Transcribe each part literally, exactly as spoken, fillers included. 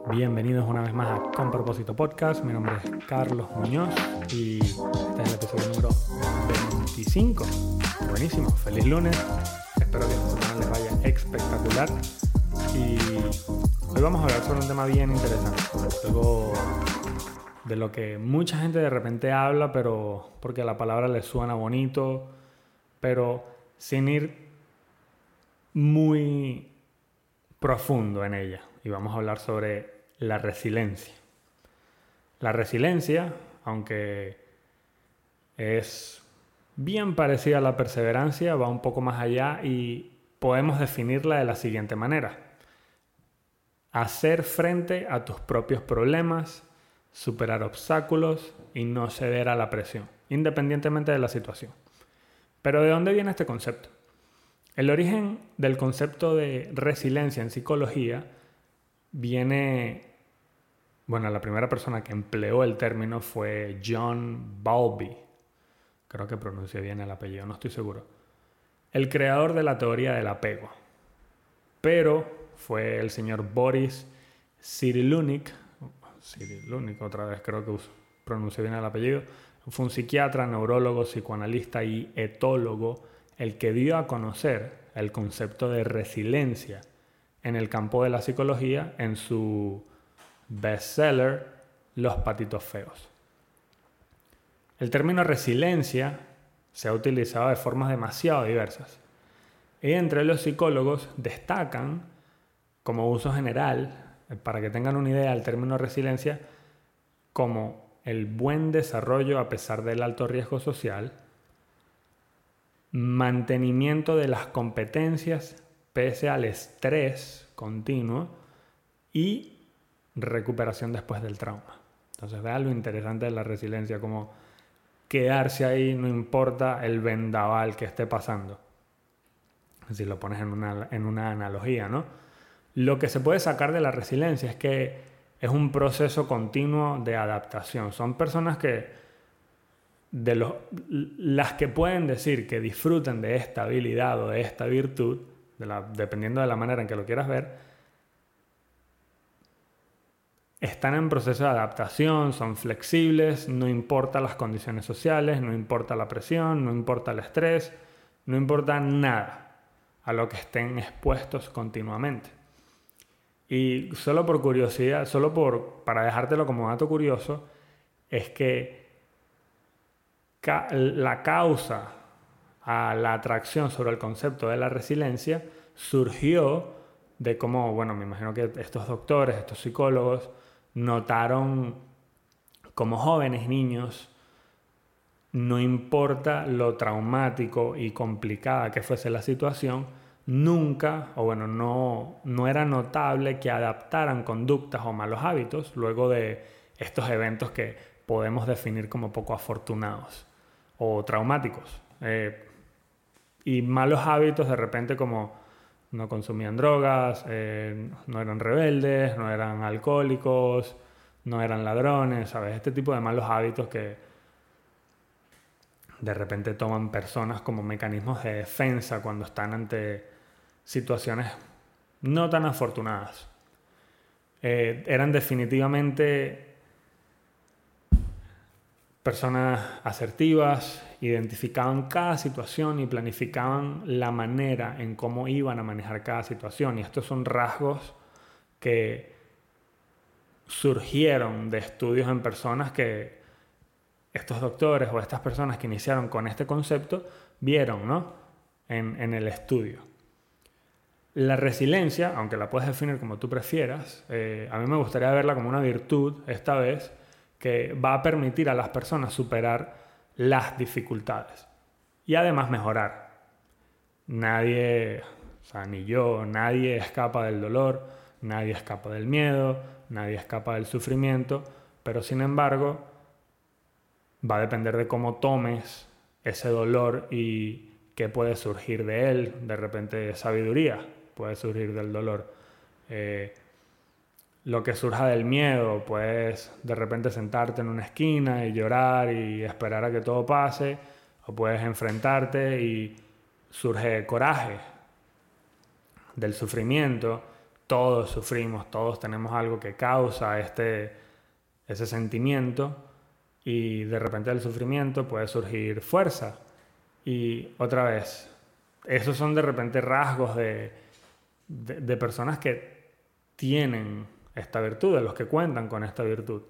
Bienvenidos una vez más a Con Propósito Podcast. Mi nombre es Carlos Muñoz y este es el episodio número veinticinco. Buenísimo, feliz lunes. Espero que esta semana les vaya espectacular. Y hoy vamos a hablar sobre un tema bien interesante. Algo de lo que mucha gente de repente habla, pero porque la palabra les suena bonito, pero sin ir muy profundo en ella. Y vamos a hablar sobre la resiliencia. La resiliencia, aunque es bien parecida a la perseverancia, va un poco más allá y podemos definirla de la siguiente manera: hacer frente a tus propios problemas, superar obstáculos y no ceder a la presión, independientemente de la situación. Pero ¿de dónde viene este concepto? El origen del concepto de resiliencia en psicología viene, bueno, la primera persona que empleó el término fue John Bowlby. Creo que pronuncié bien el apellido, no estoy seguro. El creador de la teoría del apego. Pero fue el señor Boris Cyrulnik, Cyrulnik otra vez creo que pronuncié bien el apellido, fue un psiquiatra, neurólogo, psicoanalista y etólogo el que dio a conocer el concepto de resiliencia en el campo de la psicología en su bestseller Los patitos feos. El término resiliencia se ha utilizado de formas demasiado diversas y entre los psicólogos destacan como uso general, para que tengan una idea del término resiliencia, como el buen desarrollo a pesar del alto riesgo social, mantenimiento de las competencias pese al estrés continuo y recuperación después del trauma. Entonces, vean lo interesante de la resiliencia, como quedarse ahí no importa el vendaval que esté pasando. Si lo pones en una, en una analogía, ¿no? Lo que se puede sacar de la resiliencia es que es un proceso continuo de adaptación. Son personas que de los, las que pueden decir que disfruten de esta habilidad o de esta virtud, de la, dependiendo de la manera en que lo quieras ver, están en proceso de adaptación, son flexibles, no importa las condiciones sociales, no importa la presión, no importa el estrés, no importa nada a lo que estén expuestos continuamente. Y solo por curiosidad, solo por, para dejártelo como dato curioso, es que ca- la causa a la atracción sobre el concepto de la resiliencia surgió de cómo, bueno, me imagino que estos doctores, estos psicólogos, notaron como jóvenes, niños, no importa lo traumático y complicada que fuese la situación, nunca, o bueno, no, no era notable que adaptaran conductas o malos hábitos luego de estos eventos que podemos definir como poco afortunados o traumáticos. Eh, y malos hábitos de repente como no consumían drogas, eh, no eran rebeldes, no eran alcohólicos, no eran ladrones, ¿sabes? Este tipo de malos hábitos que de repente toman personas como mecanismos de defensa cuando están ante situaciones no tan afortunadas. Eh, eran definitivamente personas asertivas, identificaban cada situación y planificaban la manera en cómo iban a manejar cada situación. Y estos son rasgos que surgieron de estudios en personas que estos doctores o estas personas que iniciaron con este concepto vieron, ¿no? en, en el estudio. La resiliencia, aunque la puedes definir como tú prefieras, eh, a mí me gustaría verla como una virtud esta vez, que va a permitir a las personas superar las dificultades y además mejorar. Nadie, o sea, ni yo, nadie escapa del dolor, nadie escapa del miedo, nadie escapa del sufrimiento, pero sin embargo va a depender de cómo tomes ese dolor y qué puede surgir de él. De repente sabiduría puede surgir del dolor. Eh, Lo que surja del miedo, puedes de repente sentarte en una esquina y llorar y esperar a que todo pase, o puedes enfrentarte y surge coraje del sufrimiento. todos sufrimos, todos tenemos algo que causa este, ese sentimiento, y de repente del sufrimiento puede surgir fuerza. Y otra vez, esos son de repente rasgos de, de, de personas que tienen esta virtud, de los que cuentan con esta virtud.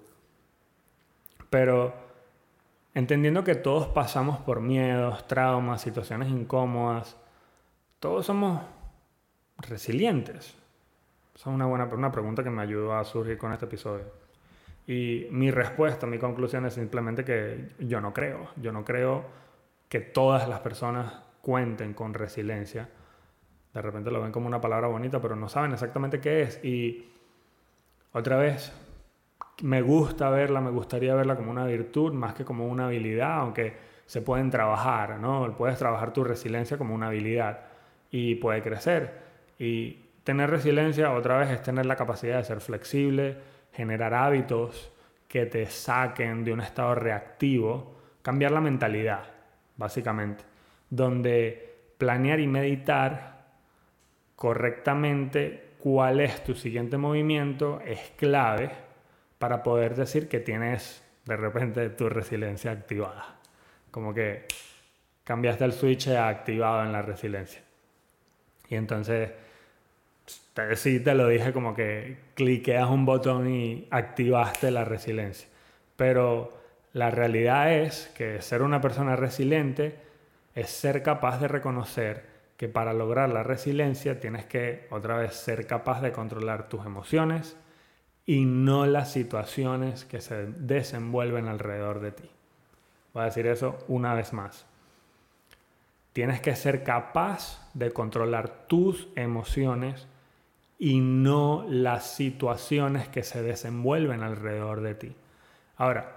Pero entendiendo que todos pasamos por miedos, traumas, situaciones incómodas, todos somos resilientes. Esa es una buena una pregunta que me ayudó a surgir con este episodio. Y mi respuesta, mi conclusión es simplemente que yo no creo. Yo no creo que todas las personas cuenten con resiliencia. De repente lo ven como una palabra bonita, pero no saben exactamente qué es. Y otra vez, me gusta verla, me gustaría verla como una virtud más que como una habilidad, aunque se pueden trabajar, ¿no? Puedes trabajar tu resiliencia como una habilidad y puede crecer. Y tener resiliencia, otra vez, es tener la capacidad de ser flexible, generar hábitos que te saquen de un estado reactivo, cambiar la mentalidad, básicamente, donde planear y meditar correctamente cuál es tu siguiente movimiento es clave para poder decir que tienes de repente tu resiliencia activada. Como que cambiaste el switch a activado en la resiliencia. Y entonces, te, sí te lo dije, como que cliqueas un botón y activaste la resiliencia. Pero la realidad es que ser una persona resiliente es ser capaz de reconocer que para lograr la resiliencia tienes que, otra vez, ser capaz de controlar tus emociones y no las situaciones que se desenvuelven alrededor de ti. Voy a decir eso una vez más. Tienes que ser capaz de controlar tus emociones y no las situaciones que se desenvuelven alrededor de ti. Ahora,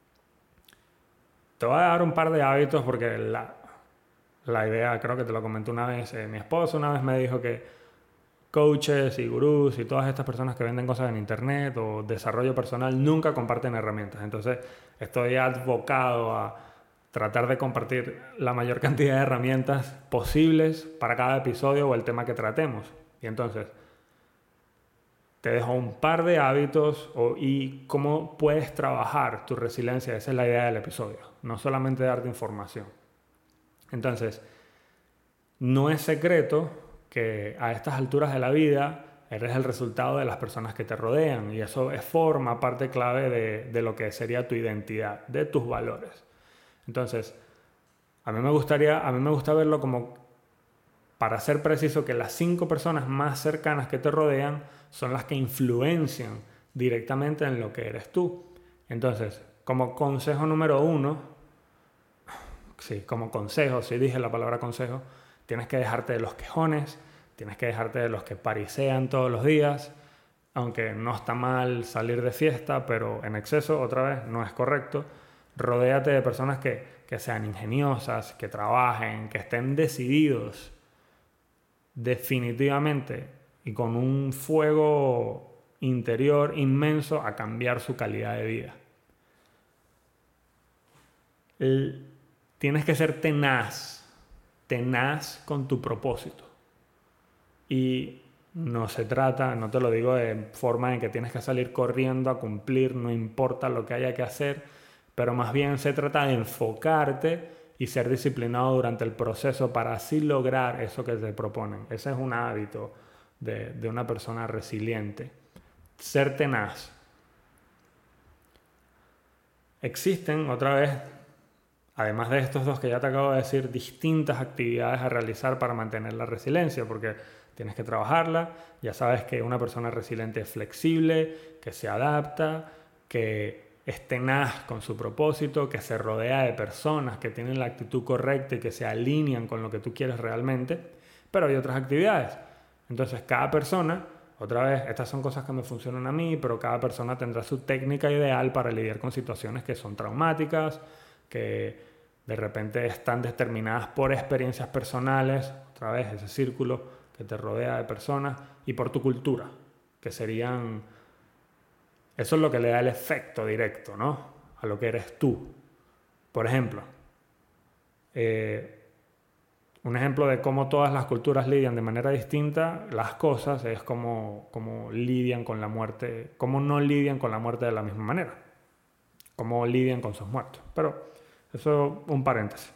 te voy a dar un par de hábitos porque la, la idea, creo que te lo comenté una vez, eh, mi esposo una vez me dijo que coaches y gurús y todas estas personas que venden cosas en internet o desarrollo personal nunca comparten herramientas. Entonces estoy advocado a tratar de compartir la mayor cantidad de herramientas posibles para cada episodio o el tema que tratemos. Y entonces te dejo un par de hábitos o, y cómo puedes trabajar tu resiliencia. Esa es la idea del episodio, no solamente darte información. Entonces, no es secreto que a estas alturas de la vida eres el resultado de las personas que te rodean, y eso es forma parte clave de, de lo que sería tu identidad, de tus valores. Entonces, a mí me gustaría, a mí me gusta verlo como, para ser preciso, que las cinco personas más cercanas que te rodean son las que influencian directamente en lo que eres tú. Entonces, como consejo número uno, sí, como consejo, sí dije la palabra consejo, tienes que dejarte de los quejones, tienes que dejarte de los que parisean todos los días, aunque no está mal salir de fiesta, pero en exceso, otra vez, no es correcto. Rodéate de personas que, que sean ingeniosas, que trabajen, que estén decididos definitivamente y con un fuego interior inmenso a cambiar su calidad de vida. El, tienes que ser tenaz, tenaz con tu propósito. Y no se trata, no te lo digo de forma en que tienes que salir corriendo a cumplir, no importa lo que haya que hacer, pero más bien se trata de enfocarte y ser disciplinado durante el proceso para así lograr eso que te proponen. Ese es un hábito de, de una persona resiliente. Ser tenaz. Existen, otra vez, además de estos dos que ya te acabo de decir, distintas actividades a realizar para mantener la resiliencia, porque tienes que trabajarla. Ya sabes que una persona resiliente es flexible, que se adapta, que es tenaz con su propósito, que se rodea de personas que tienen la actitud correcta y que se alinean con lo que tú quieres realmente. Pero hay otras actividades. Entonces, cada persona, otra vez, estas son cosas que me funcionan a mí, pero cada persona tendrá su técnica ideal para lidiar con situaciones que son traumáticas, que de repente están determinadas por experiencias personales, otra vez ese círculo que te rodea de personas, y por tu cultura, que serían, eso es lo que le da el efecto directo, ¿no?, a lo que eres tú. Por ejemplo, eh, Un ejemplo de cómo todas las culturas lidian de manera distinta las cosas es cómo, cómo lidian con la muerte, cómo no lidian con la muerte de la misma manera, cómo lidian con sus muertos. Pero eso un paréntesis.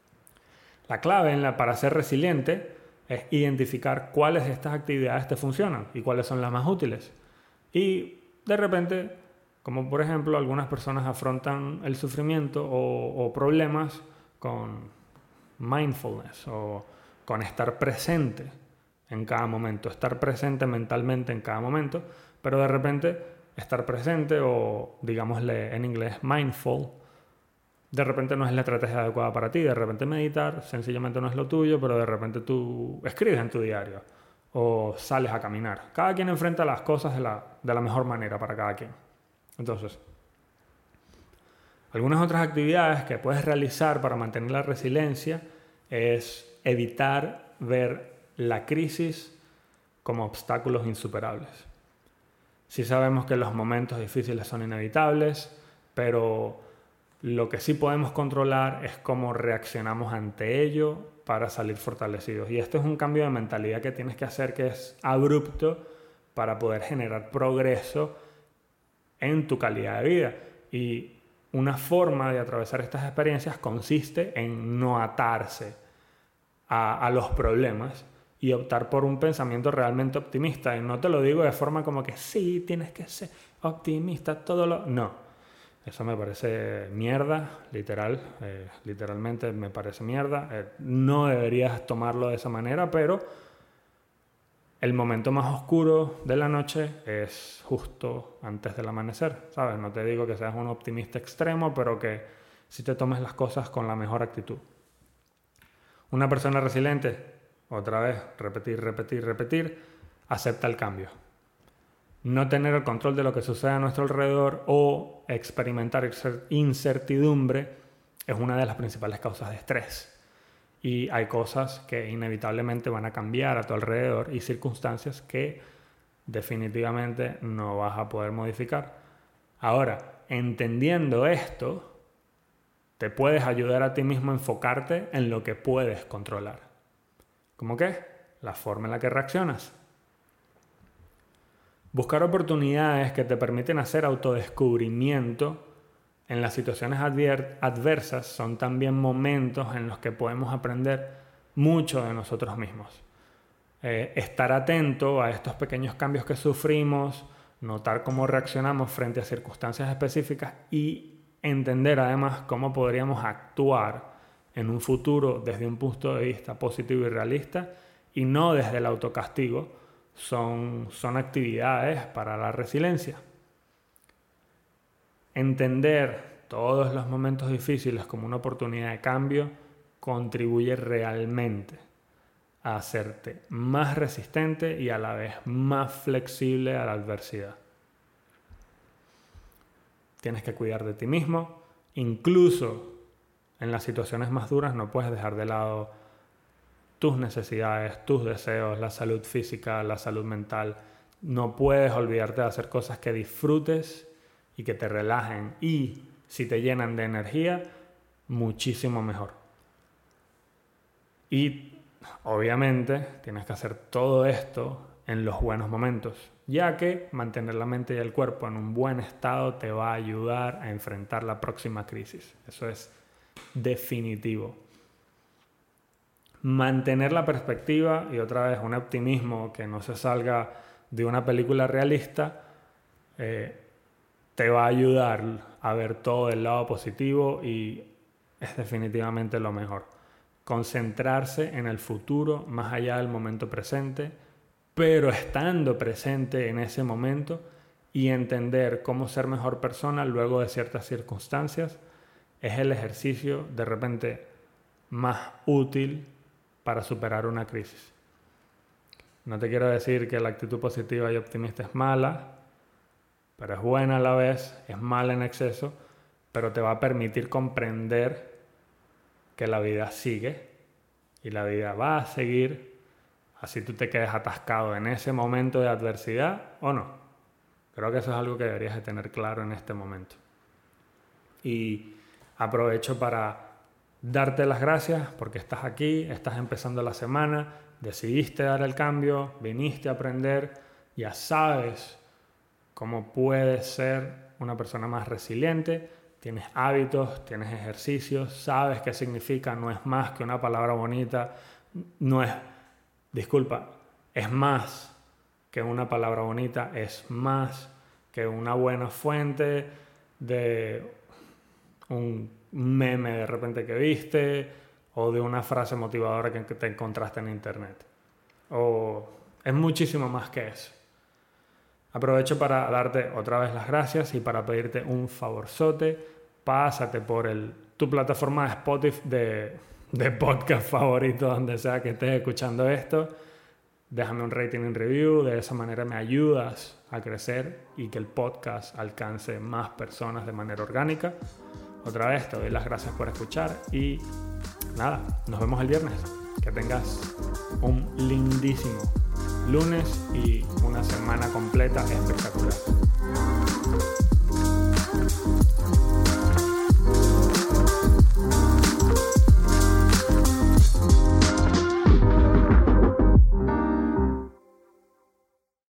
La clave en la, para ser resiliente es identificar cuáles de estas actividades te funcionan y cuáles son las más útiles. Y de repente, como por ejemplo algunas personas afrontan el sufrimiento o, o problemas con mindfulness o con estar presente en cada momento, estar presente mentalmente en cada momento, pero de repente estar presente o digámosle en inglés mindful, de repente no es la estrategia adecuada para ti, de repente meditar sencillamente no es lo tuyo, pero de repente tú escribes en tu diario o sales a caminar. Cada quien enfrenta las cosas de la, de la mejor manera para cada quien. Entonces, algunas otras actividades que puedes realizar para mantener la resiliencia es evitar ver la crisis como obstáculos insuperables. Sí sabemos que los momentos difíciles son inevitables, pero lo que sí podemos controlar es cómo reaccionamos ante ello para salir fortalecidos. Y esto es un cambio de mentalidad que tienes que hacer, que es abrupto para poder generar progreso en tu calidad de vida. Y una forma de atravesar estas experiencias consiste en no atarse a, a los problemas y optar por un pensamiento realmente optimista. Y no te lo digo de forma como que sí, tienes que ser optimista, todo lo... No, eso me parece mierda, literal, eh, literalmente me parece mierda. Eh, no deberías tomarlo de esa manera, pero el momento más oscuro de la noche es justo antes del amanecer, ¿sabes? No te digo que seas un optimista extremo, pero que sí te tomes las cosas con la mejor actitud. Una persona resiliente, otra vez, repetir, repetir, repetir, acepta el cambio. No tener el control de lo que sucede a nuestro alrededor o experimentar incertidumbre es una de las principales causas de estrés. Y hay cosas que inevitablemente van a cambiar a tu alrededor y circunstancias que definitivamente no vas a poder modificar. Ahora, entendiendo esto, te puedes ayudar a ti mismo a enfocarte en lo que puedes controlar. ¿Cómo qué? La forma en la que reaccionas. Buscar oportunidades que te permiten hacer autodescubrimiento en las situaciones adver- adversas son también momentos en los que podemos aprender mucho de nosotros mismos. Eh, estar atento a estos pequeños cambios que sufrimos, notar cómo reaccionamos frente a circunstancias específicas y entender además cómo podríamos actuar en un futuro desde un punto de vista positivo y realista y no desde el autocastigo, son, son actividades para la resiliencia. Entender todos los momentos difíciles como una oportunidad de cambio contribuye realmente a hacerte más resistente y a la vez más flexible a la adversidad. Tienes que cuidar de ti mismo, incluso en las situaciones más duras no puedes dejar de lado tus necesidades, tus deseos, la salud física, la salud mental. No puedes olvidarte de hacer cosas que disfrutes y que te relajen y si te llenan de energía, muchísimo mejor. Y obviamente tienes que hacer todo esto en los buenos momentos, ya que mantener la mente y el cuerpo en un buen estado te va a ayudar a enfrentar la próxima crisis. Eso es definitivo. Mantener la perspectiva y otra vez un optimismo que no se salga de una película realista eh, te va a ayudar a ver todo del lado positivo y es definitivamente lo mejor. Concentrarse en el futuro más allá del momento presente, pero estando presente en ese momento y entender cómo ser mejor persona luego de ciertas circunstancias es el ejercicio de repente más útil para superar una crisis. No te quiero decir que la actitud positiva y optimista es mala, pero es buena a la vez, es mala en exceso, pero te va a permitir comprender que la vida sigue y la vida va a seguir, así tú te quedes atascado en ese momento de adversidad o no. Creo que eso es algo que deberías de tener claro en este momento. Y aprovecho para darte las gracias porque estás aquí, estás empezando la semana, decidiste dar el cambio, viniste a aprender, ya sabes cómo puedes ser una persona más resiliente, tienes hábitos, tienes ejercicios, sabes qué significa, no es más que una palabra bonita, no es, disculpa, es más que una palabra bonita, es más que una buena fuente de un meme de repente que viste o de una frase motivadora que te encontraste en internet. O es muchísimo más que eso. Aprovecho para darte otra vez las gracias y para pedirte un favorzote. Pásate por el, tu plataforma de Spotify de, de podcast favorito, donde sea que estés escuchando esto. Déjame un rating en review, de esa manera me ayudas a crecer y que el podcast alcance más personas de manera orgánica. Otra vez te doy las gracias por escuchar y nada, nos vemos el viernes. Que tengas un lindísimo lunes y una semana completa espectacular.